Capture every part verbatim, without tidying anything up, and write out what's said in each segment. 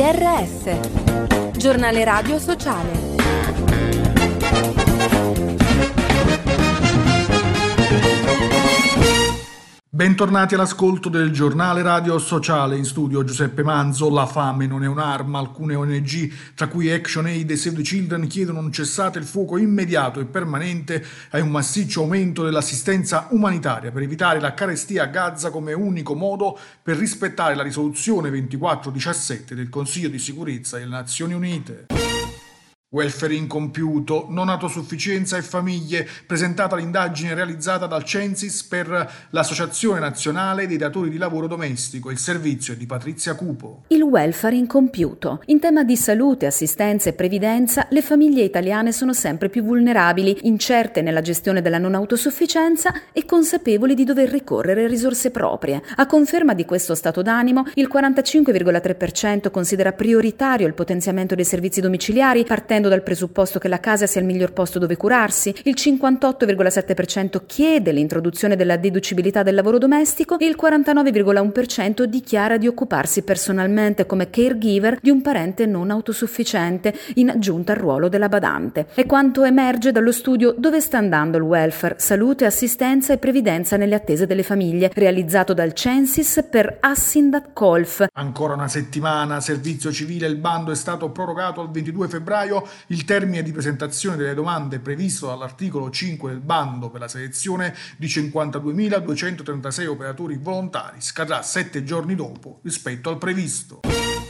R S, giornale radio sociale. Bentornati all'ascolto del giornale radio sociale. In studio Giuseppe Manzo. La fame non è un'arma. Alcune O N G, tra cui ActionAid e Save the Children, chiedono un cessate il fuoco immediato e permanente e un massiccio aumento dell'assistenza umanitaria per evitare la carestia a Gaza come unico modo per rispettare la risoluzione ventiquattro diciassette del Consiglio di sicurezza delle Nazioni Unite. Welfare incompiuto, non autosufficienza e famiglie, presentata l'indagine realizzata dal Censis per l'Associazione Nazionale dei Datori di Lavoro Domestico. Il servizio è di Patrizia Cupo. Il welfare incompiuto. In tema di salute, assistenza e previdenza, le famiglie italiane sono sempre più vulnerabili, incerte nella gestione della non autosufficienza e consapevoli di dover ricorrere a risorse proprie. A conferma di questo stato d'animo, il quarantacinque virgola tre per cento considera prioritario il potenziamento dei servizi domiciliari, partendo dal presupposto che la casa sia il miglior posto dove curarsi, il cinquantotto virgola sette per cento chiede l'introduzione della deducibilità del lavoro domestico e il quarantanove virgola uno per cento dichiara di occuparsi personalmente come caregiver di un parente non autosufficiente, in aggiunta al ruolo della badante. È quanto emerge dallo studio Dove sta andando il welfare? Salute, assistenza e previdenza nelle attese delle famiglie, realizzato dal Censis per Assindat Colf. Ancora una settimana, servizio civile, il bando è stato prorogato al ventidue febbraio. Il termine di presentazione delle domande previsto dall'articolo cinque del bando per la selezione di cinquantaduemiladuecentotrentasei operatori volontari scadrà sette giorni dopo rispetto al previsto.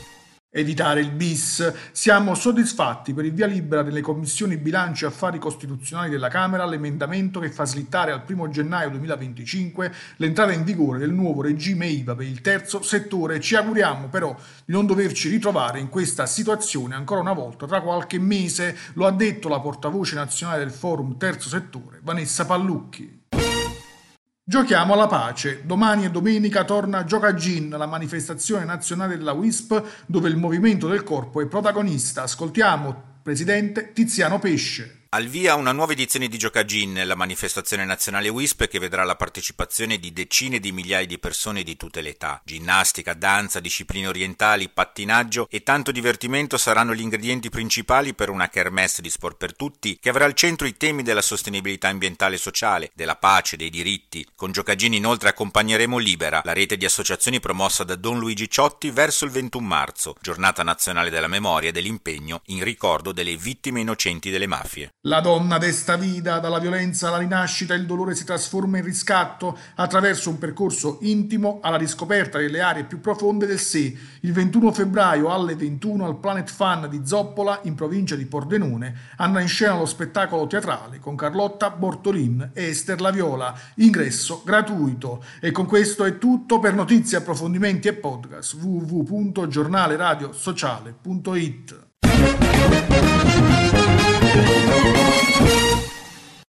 Evitare il bis. Siamo soddisfatti per il via libera delle commissioni bilancio e affari costituzionali della Camera all'emendamento che fa slittare al primo gennaio duemilaventicinque l'entrata in vigore del nuovo regime I V A per il terzo settore. Ci auguriamo però di non doverci ritrovare in questa situazione ancora una volta tra qualche mese, lo ha detto la portavoce nazionale del Forum Terzo Settore, Vanessa Pallucchi. Giochiamo alla pace. Domani e domenica torna Gioca-Gin, la manifestazione nazionale della W I S P, dove il movimento del corpo è protagonista. Ascoltiamo presidente Tiziano Pesce. Al via una nuova edizione di Gioca-Gin, la manifestazione nazionale W I S P che vedrà la partecipazione di decine di migliaia di persone di tutte le età. Ginnastica, danza, discipline orientali, pattinaggio e tanto divertimento saranno gli ingredienti principali per una kermesse di sport per tutti che avrà al centro i temi della sostenibilità ambientale e sociale, della pace, dei diritti. Con Gioca-Gin inoltre accompagneremo Libera, la rete di associazioni promossa da Don Luigi Ciotti verso il ventuno marzo, giornata nazionale della memoria e dell'impegno in ricordo delle vittime innocenti delle mafie. La donna desta vita, dalla violenza alla rinascita, il dolore si trasforma in riscatto attraverso un percorso intimo alla riscoperta delle aree più profonde del sé. Il ventuno febbraio alle ventuno al Planet Fun di Zoppola, in provincia di Pordenone, andrà in scena lo spettacolo teatrale con Carlotta Bortolin e Ester Laviola. Ingresso gratuito. E con questo è tutto. Per notizie, approfondimenti e podcast w w w punto giornale radio sociale punto it. Thank you.